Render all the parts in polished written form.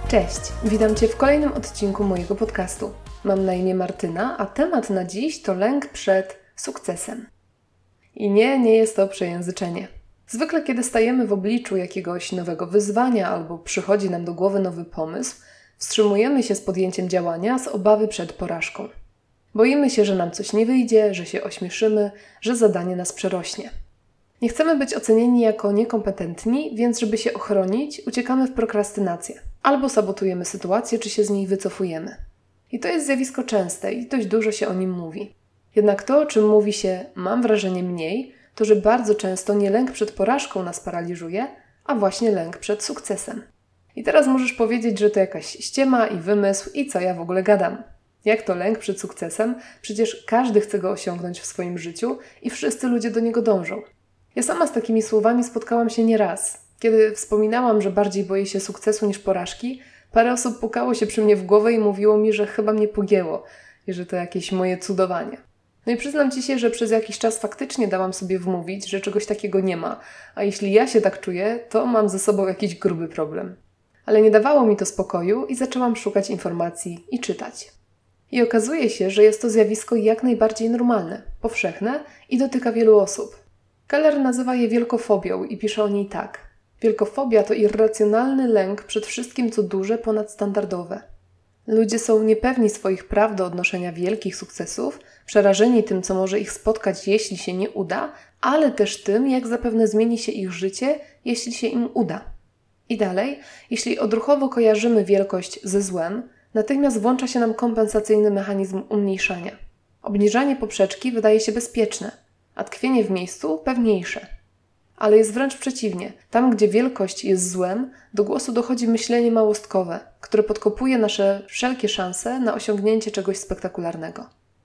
Cześć, witam Cię w kolejnym odcinku mojego podcastu. Mam na imię Martyna, a temat na dziś to lęk przed sukcesem. I nie jest to przejęzyczenie. Zwykle kiedy stajemy w obliczu jakiegoś nowego wyzwania albo przychodzi nam do głowy nowy pomysł, wstrzymujemy się z podjęciem działania z obawy przed porażką. Boimy się, że nam coś nie wyjdzie, że się ośmieszymy, że zadanie nas przerośnie. Nie chcemy być ocenieni jako niekompetentni, więc żeby się ochronić, uciekamy w prokrastynację. Albo sabotujemy sytuację, czy się z niej wycofujemy. I to jest zjawisko częste i dość dużo się o nim mówi. Jednak to, o czym mówi się, mam wrażenie mniej, to że bardzo często nie lęk przed porażką nas paraliżuje, a właśnie lęk przed sukcesem. I teraz możesz powiedzieć, że to jakaś ściema i wymysł i co ja w ogóle gadam. Jak to lęk przed sukcesem? Przecież każdy chce go osiągnąć w swoim życiu i wszyscy ludzie do niego dążą. Ja sama z takimi słowami spotkałam się nieraz. Kiedy wspominałam, że bardziej boję się sukcesu niż porażki, parę osób pukało się przy mnie w głowę i mówiło mi, że chyba mnie pogięło i że to jakieś moje cudowanie. No i przyznam Ci się, że przez jakiś czas faktycznie dałam sobie wmówić, że czegoś takiego nie ma, a jeśli ja się tak czuję, to mam ze sobą jakiś gruby problem. Ale nie dawało mi to spokoju i zaczęłam szukać informacji i czytać. I okazuje się, że jest to zjawisko jak najbardziej normalne, powszechne i dotyka wielu osób. Keller nazywa je wielkofobią i pisze o niej tak. Wielkofobia to irracjonalny lęk przed wszystkim, co duże, ponadstandardowe. Ludzie są niepewni swoich praw do odnoszenia wielkich sukcesów, przerażeni tym, co może ich spotkać, jeśli się nie uda, ale też tym, jak zapewne zmieni się ich życie, jeśli się im uda. I dalej, jeśli odruchowo kojarzymy wielkość ze złem, natychmiast włącza się nam kompensacyjny mechanizm umniejszania. Obniżanie poprzeczki wydaje się bezpieczne, a tkwienie w miejscu pewniejsze. Ale jest wręcz przeciwnie. Tam, gdzie wielkość jest złem, do głosu dochodzi myślenie małostkowe, które podkopuje nasze wszelkie szanse na osiągnięcie czegoś spektakularnego.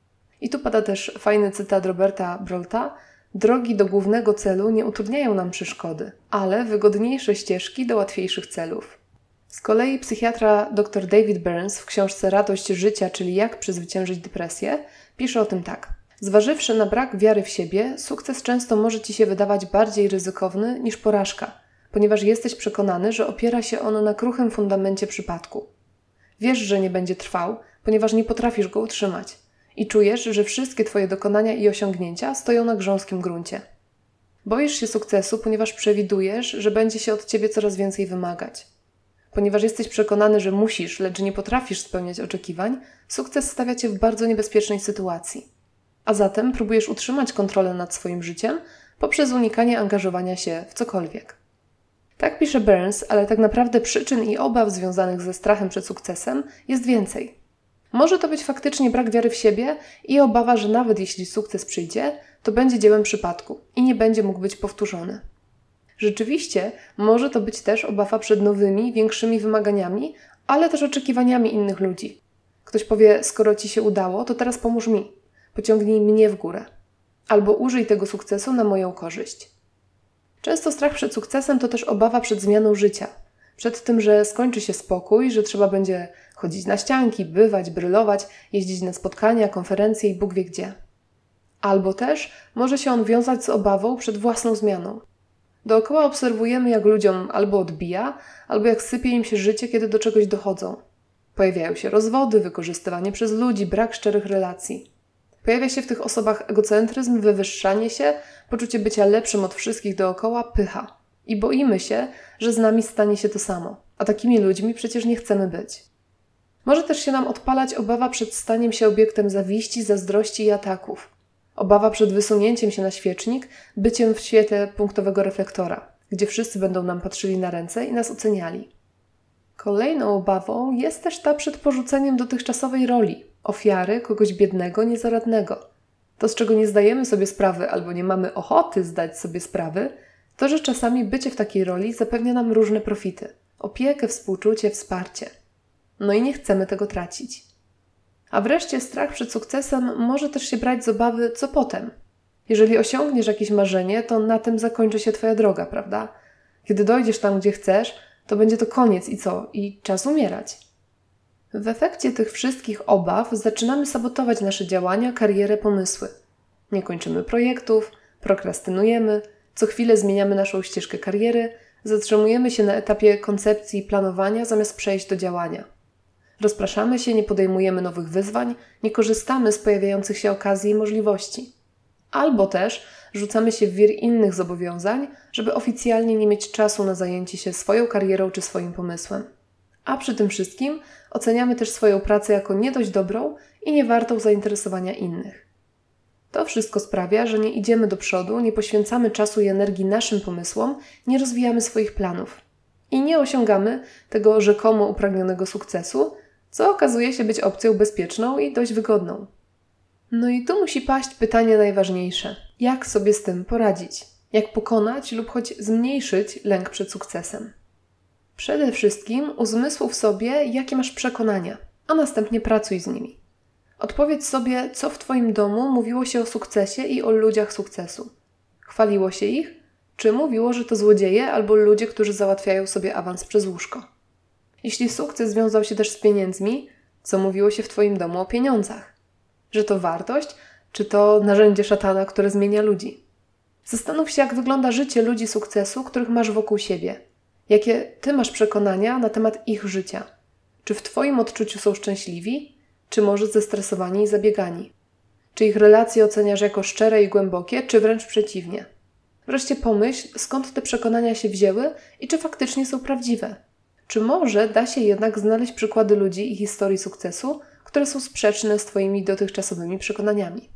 I tu pada też fajny cytat Roberta Braulta. Drogi do głównego celu nie utrudniają nam przeszkody, ale wygodniejsze ścieżki do łatwiejszych celów. Z kolei psychiatra dr David Burns w książce Radość życia, czyli jak przezwyciężyć depresję, pisze o tym tak. Zważywszy na brak wiary w siebie, sukces często może Ci się wydawać bardziej ryzykowny niż porażka, ponieważ jesteś przekonany, że opiera się on na kruchym fundamencie przypadku. Wiesz, że nie będzie trwał, ponieważ nie potrafisz go utrzymać i czujesz, że wszystkie Twoje dokonania i osiągnięcia stoją na grząskim gruncie. Boisz się sukcesu, ponieważ przewidujesz, że będzie się od Ciebie coraz więcej wymagać. Ponieważ jesteś przekonany, że musisz, lecz nie potrafisz spełniać oczekiwań, sukces stawia Cię w bardzo niebezpiecznej sytuacji. A zatem próbujesz utrzymać kontrolę nad swoim życiem poprzez unikanie angażowania się w cokolwiek. Tak pisze Burns, ale tak naprawdę przyczyn i obaw związanych ze strachem przed sukcesem jest więcej. Może to być faktycznie brak wiary w siebie i obawa, że nawet jeśli sukces przyjdzie, to będzie dziełem przypadku i nie będzie mógł być powtórzony. Rzeczywiście może to być też obawa przed nowymi, większymi wymaganiami, ale też oczekiwaniami innych ludzi. Ktoś powie, skoro Ci się udało, to teraz pomóż mi. Pociągnij mnie w górę. Albo użyj tego sukcesu na moją korzyść. Często strach przed sukcesem to też obawa przed zmianą życia. Przed tym, że skończy się spokój, że trzeba będzie chodzić na ścianki, bywać, brylować, jeździć na spotkania, konferencje i Bóg wie gdzie. Albo też może się on wiązać z obawą przed własną zmianą. Dookoła obserwujemy, jak ludziom albo odbija, albo jak sypie im się życie, kiedy do czegoś dochodzą. Pojawiają się rozwody, wykorzystywanie przez ludzi, brak szczerych relacji. Pojawia się w tych osobach egocentryzm, wywyższanie się, poczucie bycia lepszym od wszystkich dookoła, pycha. I boimy się, że z nami stanie się to samo. A takimi ludźmi przecież nie chcemy być. Może też się nam odpalać obawa przed staniem się obiektem zawiści, zazdrości i ataków. Obawa przed wysunięciem się na świecznik, byciem w świetle punktowego reflektora, gdzie wszyscy będą nam patrzyli na ręce i nas oceniali. Kolejną obawą jest też ta przed porzuceniem dotychczasowej roli, ofiary kogoś biednego, niezaradnego. To, z czego nie zdajemy sobie sprawy albo nie mamy ochoty zdać sobie sprawy, to, że czasami bycie w takiej roli zapewnia nam różne profity. Opiekę, współczucie, wsparcie. No i nie chcemy tego tracić. A wreszcie strach przed sukcesem może też się brać z obawy, co potem. Jeżeli osiągniesz jakieś marzenie, to na tym zakończy się Twoja droga, prawda? Kiedy dojdziesz tam, gdzie chcesz, to będzie to koniec i co? I czas umierać. W efekcie tych wszystkich obaw zaczynamy sabotować nasze działania, karierę, pomysły. Nie kończymy projektów, prokrastynujemy, co chwilę zmieniamy naszą ścieżkę kariery, Zatrzymujemy się na etapie koncepcji i planowania, zamiast przejść do działania. Rozpraszamy się, nie podejmujemy nowych wyzwań, nie korzystamy z pojawiających się okazji i możliwości. Albo też rzucamy się w wir innych zobowiązań, żeby oficjalnie nie mieć czasu na zajęcie się swoją karierą czy swoim pomysłem. A przy tym wszystkim oceniamy też swoją pracę jako nie dość dobrą i niewartą zainteresowania innych. To wszystko sprawia, że nie idziemy do przodu, nie poświęcamy czasu i energii naszym pomysłom, nie rozwijamy swoich planów i nie osiągamy tego rzekomo upragnionego sukcesu, co okazuje się być opcją bezpieczną i dość wygodną. No i tu musi paść pytanie najważniejsze. Jak sobie z tym poradzić? Jak pokonać lub choć zmniejszyć lęk przed sukcesem? Przede wszystkim uzmysłów sobie, jakie masz przekonania, a następnie pracuj z nimi. Odpowiedz sobie, co w Twoim domu mówiło się o sukcesie i o ludziach sukcesu. Chwaliło się ich? Czy mówiło, że to złodzieje albo ludzie, którzy załatwiają sobie awans przez łóżko? Jeśli sukces wiązał się też z pieniędzmi, co mówiło się w Twoim domu o pieniądzach? Że to wartość, czy to narzędzie szatana, które zmienia ludzi? Zastanów się, jak wygląda życie ludzi sukcesu, których masz wokół siebie. Jakie Ty masz przekonania na temat ich życia? Czy w Twoim odczuciu są szczęśliwi, czy może zestresowani i zabiegani? Czy ich relacje oceniasz jako szczere i głębokie, czy wręcz przeciwnie? Wreszcie pomyśl, skąd te przekonania się wzięły i czy faktycznie są prawdziwe. Czy może da się jednak znaleźć przykłady ludzi i historii sukcesu, które są sprzeczne z Twoimi dotychczasowymi przekonaniami?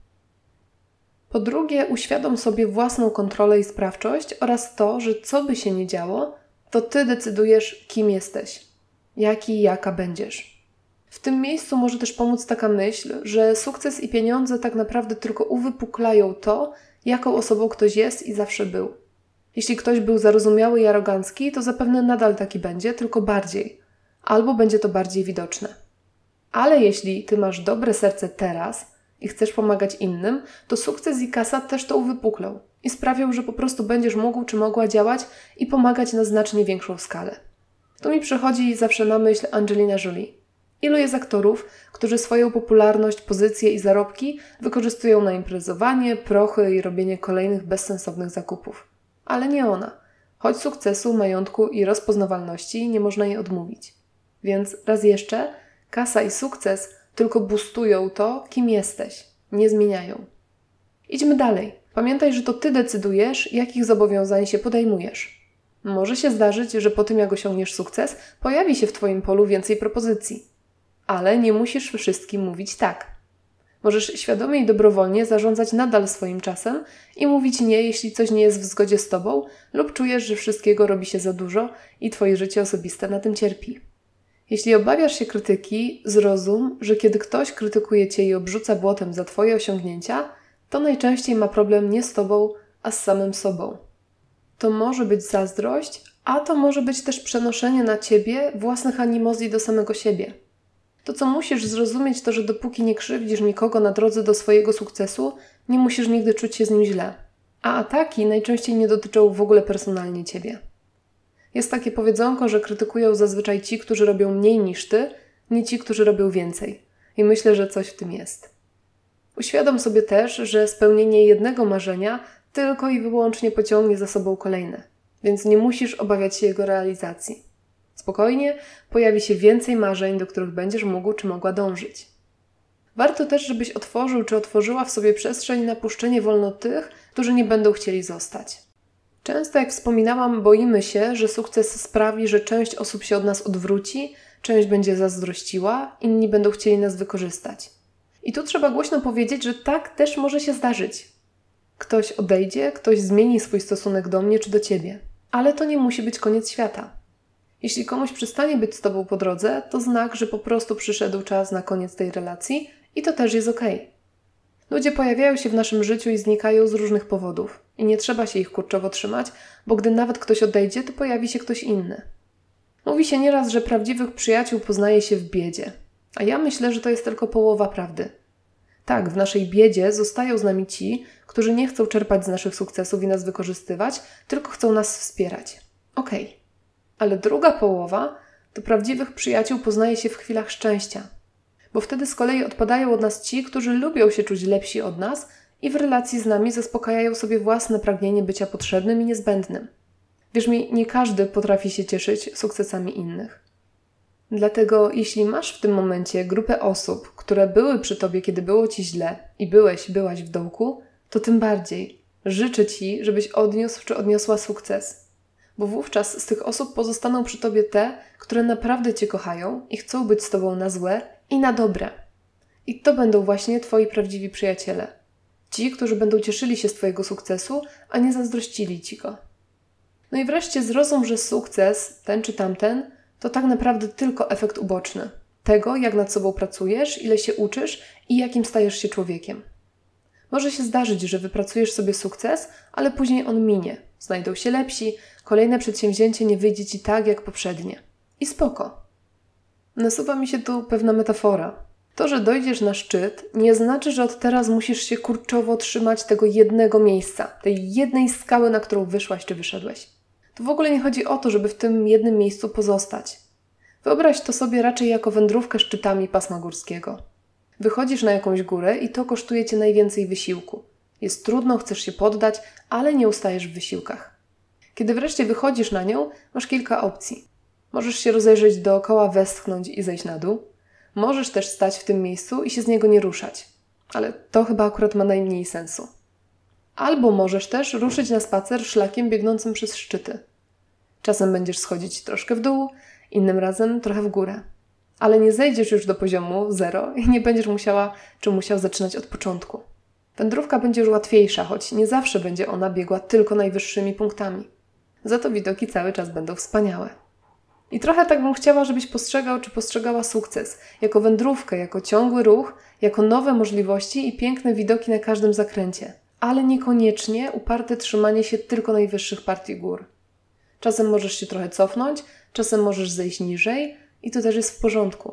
Po drugie, uświadom sobie własną kontrolę i sprawczość oraz to, że co by się nie działo, to Ty decydujesz, kim jesteś, jaki i jaka będziesz. W tym miejscu może też pomóc taka myśl, że sukces i pieniądze tak naprawdę tylko uwypuklają to, jaką osobą ktoś jest i zawsze był. Jeśli ktoś był zarozumiały i arogancki, to zapewne nadal taki będzie, tylko bardziej. Albo będzie to bardziej widoczne. Ale jeśli Ty masz dobre serce teraz i chcesz pomagać innym, to sukces i kasa też to uwypuklą i sprawią, że po prostu będziesz mógł czy mogła działać i pomagać na znacznie większą skalę. Tu mi przychodzi zawsze na myśl Angelina Jolie. Ilu jest aktorów, którzy swoją popularność, pozycję i zarobki wykorzystują na imprezowanie, prochy i robienie kolejnych bezsensownych zakupów. Ale nie ona. Choć sukcesu, majątku i rozpoznawalności nie można jej odmówić. Więc raz jeszcze, kasa i sukces tylko boostują to, kim jesteś. Nie zmieniają. Idźmy dalej. Pamiętaj, że to Ty decydujesz, jakich zobowiązań się podejmujesz. Może się zdarzyć, że po tym, jak osiągniesz sukces, pojawi się w Twoim polu więcej propozycji. Ale nie musisz wszystkim mówić tak. Możesz świadomie i dobrowolnie zarządzać nadal swoim czasem i mówić nie, jeśli coś nie jest w zgodzie z Tobą lub czujesz, że wszystkiego robi się za dużo i Twoje życie osobiste na tym cierpi. Jeśli obawiasz się krytyki, zrozum, że kiedy ktoś krytykuje Cię i obrzuca błotem za Twoje osiągnięcia, to najczęściej ma problem nie z Tobą, a z samym sobą. To może być zazdrość, a to może być też przenoszenie na Ciebie własnych animozji do samego siebie. To, co musisz zrozumieć, to, że dopóki nie krzywdzisz nikogo na drodze do swojego sukcesu, nie musisz nigdy czuć się z nim źle. A ataki najczęściej nie dotyczą w ogóle personalnie Ciebie. Jest takie powiedzonko, że krytykują zazwyczaj ci, którzy robią mniej niż Ty, nie ci, którzy robią więcej. I myślę, że coś w tym jest. Uświadom sobie też, że spełnienie jednego marzenia tylko i wyłącznie pociągnie za sobą kolejne. Więc nie musisz obawiać się jego realizacji. Spokojnie, pojawi się więcej marzeń, do których będziesz mógł czy mogła dążyć. Warto też, żebyś otworzył czy otworzyła w sobie przestrzeń na puszczenie wolno tych, którzy nie będą chcieli zostać. Często, jak wspominałam, boimy się, że sukces sprawi, że część osób się od nas odwróci, część będzie zazdrościła, inni będą chcieli nas wykorzystać. I tu trzeba głośno powiedzieć, że tak też może się zdarzyć. Ktoś odejdzie, ktoś zmieni swój stosunek do mnie czy do Ciebie. Ale to nie musi być koniec świata. Jeśli komuś przestanie być z Tobą po drodze, to znak, że po prostu przyszedł czas na koniec tej relacji i to też jest okej. Ludzie pojawiają się w naszym życiu i znikają z różnych powodów. I nie trzeba się ich kurczowo trzymać, bo gdy nawet ktoś odejdzie, to pojawi się ktoś inny. Mówi się nieraz, że prawdziwych przyjaciół poznaje się w biedzie. A ja myślę, że to jest tylko połowa prawdy. Tak, w naszej biedzie zostają z nami ci, którzy nie chcą czerpać z naszych sukcesów i nas wykorzystywać, tylko chcą nas wspierać. Okej. Ale druga połowa to prawdziwych przyjaciół poznaje się w chwilach szczęścia. Bo wtedy z kolei odpadają od nas ci, którzy lubią się czuć lepsi od nas i w relacji z nami zaspokajają sobie własne pragnienie bycia potrzebnym i niezbędnym. Wierz mi, nie każdy potrafi się cieszyć sukcesami innych. Dlatego jeśli masz w tym momencie grupę osób, które były przy tobie, kiedy było ci źle i byłaś w dołku, to tym bardziej życzę ci, żebyś odniósł czy odniosła sukces. Bo wówczas z tych osób pozostaną przy tobie te, które naprawdę cię kochają i chcą być z tobą na złe i na dobre. I to będą właśnie twoi prawdziwi przyjaciele. Ci, którzy będą cieszyli się z twojego sukcesu, a nie zazdrościli ci go. No i wreszcie zrozum, że sukces, ten czy tamten, to tak naprawdę tylko efekt uboczny. Tego, jak nad sobą pracujesz, ile się uczysz i jakim stajesz się człowiekiem. Może się zdarzyć, że wypracujesz sobie sukces, ale później on minie. Znajdą się lepsi, kolejne przedsięwzięcie nie wyjdzie ci tak, jak poprzednie. I spoko. Nasuwa mi się tu pewna metafora. To, że dojdziesz na szczyt, nie znaczy, że od teraz musisz się kurczowo trzymać tego jednego miejsca, tej jednej skały, na którą wyszłaś czy wyszedłeś. Tu w ogóle nie chodzi o to, żeby w tym jednym miejscu pozostać. Wyobraź to sobie raczej jako wędrówkę szczytami pasma górskiego. Wychodzisz na jakąś górę i to kosztuje cię najwięcej wysiłku. Jest trudno, chcesz się poddać, ale nie ustajesz w wysiłkach. Kiedy wreszcie wychodzisz na nią, masz kilka opcji. Możesz się rozejrzeć dookoła, westchnąć i zejść na dół. Możesz też stać w tym miejscu i się z niego nie ruszać. Ale to chyba akurat ma najmniej sensu. Albo możesz też ruszyć na spacer szlakiem biegnącym przez szczyty. Czasem będziesz schodzić troszkę w dół, innym razem trochę w górę. Ale nie zejdziesz już do poziomu 0 i nie będziesz musiał zaczynać od początku. Wędrówka będzie już łatwiejsza, choć nie zawsze będzie ona biegła tylko najwyższymi punktami. Za to widoki cały czas będą wspaniałe. I trochę tak bym chciała, żebyś postrzegał czy postrzegała sukces jako wędrówkę, jako ciągły ruch, jako nowe możliwości i piękne widoki na każdym zakręcie, ale niekoniecznie uparte trzymanie się tylko najwyższych partii gór. Czasem możesz się trochę cofnąć, czasem możesz zejść niżej i to też jest w porządku.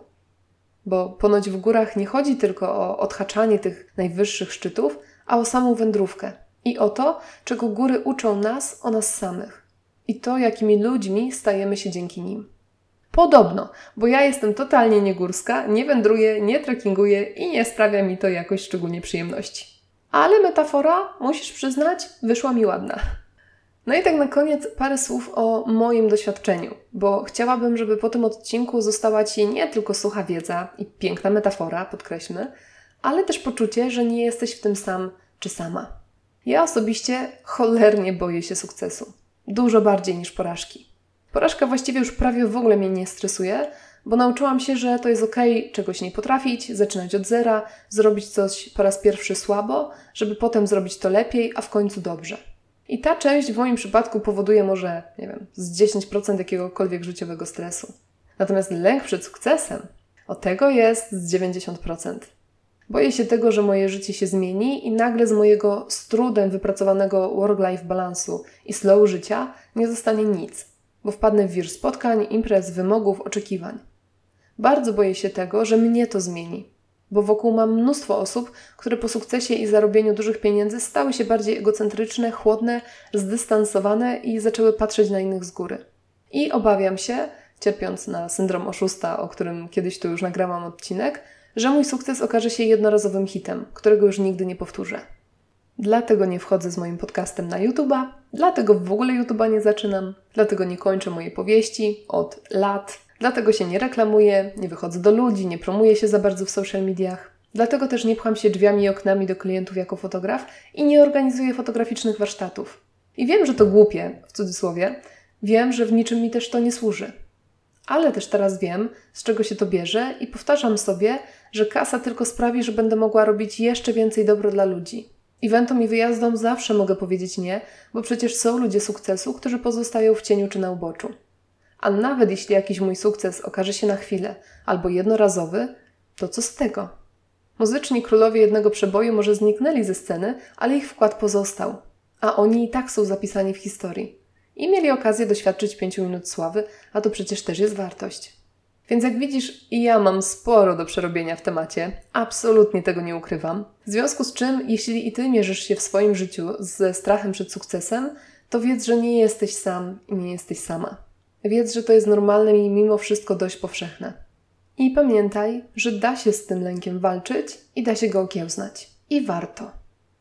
Bo ponoć w górach nie chodzi tylko o odhaczanie tych najwyższych szczytów, a o samą wędrówkę i o to, czego góry uczą nas o nas samych. I to, jakimi ludźmi stajemy się dzięki nim. Podobno, bo ja jestem totalnie niegórska, nie wędruję, nie trekkinguję i nie sprawia mi to jakoś szczególnie przyjemności. Ale metafora, musisz przyznać, wyszła mi ładna. No i tak na koniec parę słów o moim doświadczeniu, bo chciałabym, żeby po tym odcinku została Ci nie tylko sucha wiedza i piękna metafora, podkreślmy, ale też poczucie, że nie jesteś w tym sam czy sama. Ja osobiście cholernie boję się sukcesu. Dużo bardziej niż porażki. Porażka właściwie już prawie w ogóle mnie nie stresuje, bo nauczyłam się, że to jest okej czegoś nie potrafić, zaczynać od zera, zrobić coś po raz pierwszy słabo, żeby potem zrobić to lepiej, a w końcu dobrze. I ta część w moim przypadku powoduje może, z 10% jakiegokolwiek życiowego stresu. Natomiast lęk przed sukcesem, od tego jest z 90%. Boję się tego, że moje życie się zmieni i nagle z mojego z trudem wypracowanego work-life balansu i slow życia nie zostanie nic, bo wpadnę w wir spotkań, imprez, wymogów, oczekiwań. Bardzo boję się tego, że mnie to zmieni, bo wokół mam mnóstwo osób, które po sukcesie i zarobieniu dużych pieniędzy stały się bardziej egocentryczne, chłodne, zdystansowane i zaczęły patrzeć na innych z góry. I obawiam się, cierpiąc na syndrom oszusta, o którym kiedyś tu już nagrałam odcinek, że mój sukces okaże się jednorazowym hitem, którego już nigdy nie powtórzę. Dlatego nie wchodzę z moim podcastem na YouTube'a, dlatego w ogóle YouTube'a nie zaczynam, dlatego nie kończę mojej powieści od lat, dlatego się nie reklamuję, nie wychodzę do ludzi, nie promuję się za bardzo w social mediach, dlatego też nie pcham się drzwiami i oknami do klientów jako fotograf i nie organizuję fotograficznych warsztatów. I wiem, że to głupie, w cudzysłowie, wiem, że w niczym mi też to nie służy. Ale też teraz wiem, z czego się to bierze i powtarzam sobie, że kasa tylko sprawi, że będę mogła robić jeszcze więcej dobro dla ludzi. Eventom i wyjazdom zawsze mogę powiedzieć nie, bo przecież są ludzie sukcesu, którzy pozostają w cieniu czy na uboczu. A nawet jeśli jakiś mój sukces okaże się na chwilę albo jednorazowy, to co z tego? Muzyczni królowie jednego przeboju może zniknęli ze sceny, ale ich wkład pozostał. A oni i tak są zapisani w historii. I mieli okazję doświadczyć 5 minut sławy, a to przecież też jest wartość. Więc jak widzisz, i ja mam sporo do przerobienia w temacie, absolutnie tego nie ukrywam. W związku z czym, jeśli i Ty mierzysz się w swoim życiu ze strachem przed sukcesem, to wiedz, że nie jesteś sam i nie jesteś sama. Wiedz, że to jest normalne i mimo wszystko dość powszechne. I pamiętaj, że da się z tym lękiem walczyć i da się go okiełznać. I warto.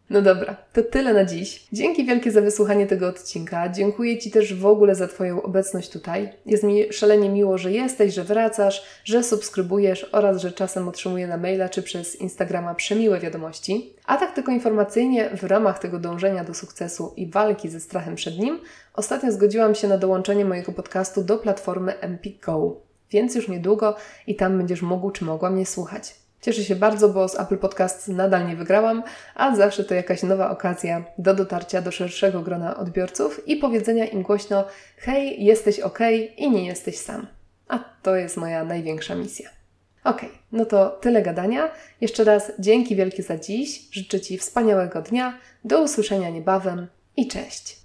No dobra, to tyle na dziś. Dzięki wielkie za wysłuchanie tego odcinka. Dziękuję Ci też w ogóle za Twoją obecność tutaj. Jest mi szalenie miło, że jesteś, że wracasz, że subskrybujesz oraz że czasem otrzymuję na maila czy przez Instagrama przemiłe wiadomości. A tak tylko informacyjnie, w ramach tego dążenia do sukcesu i walki ze strachem przed nim, ostatnio zgodziłam się na dołączenie mojego podcastu do platformy Empik Go. Więc już niedługo i tam będziesz mógł czy mogła mnie słuchać. Cieszę się bardzo, bo z Apple Podcasts nadal nie wygrałam, a zawsze to jakaś nowa okazja do dotarcia do szerszego grona odbiorców i powiedzenia im głośno: hej, jesteś okej i nie jesteś sam. A to jest moja największa misja. Okej, no to tyle gadania. Jeszcze raz dzięki wielkie za dziś. Życzę Ci wspaniałego dnia. Do usłyszenia niebawem i cześć!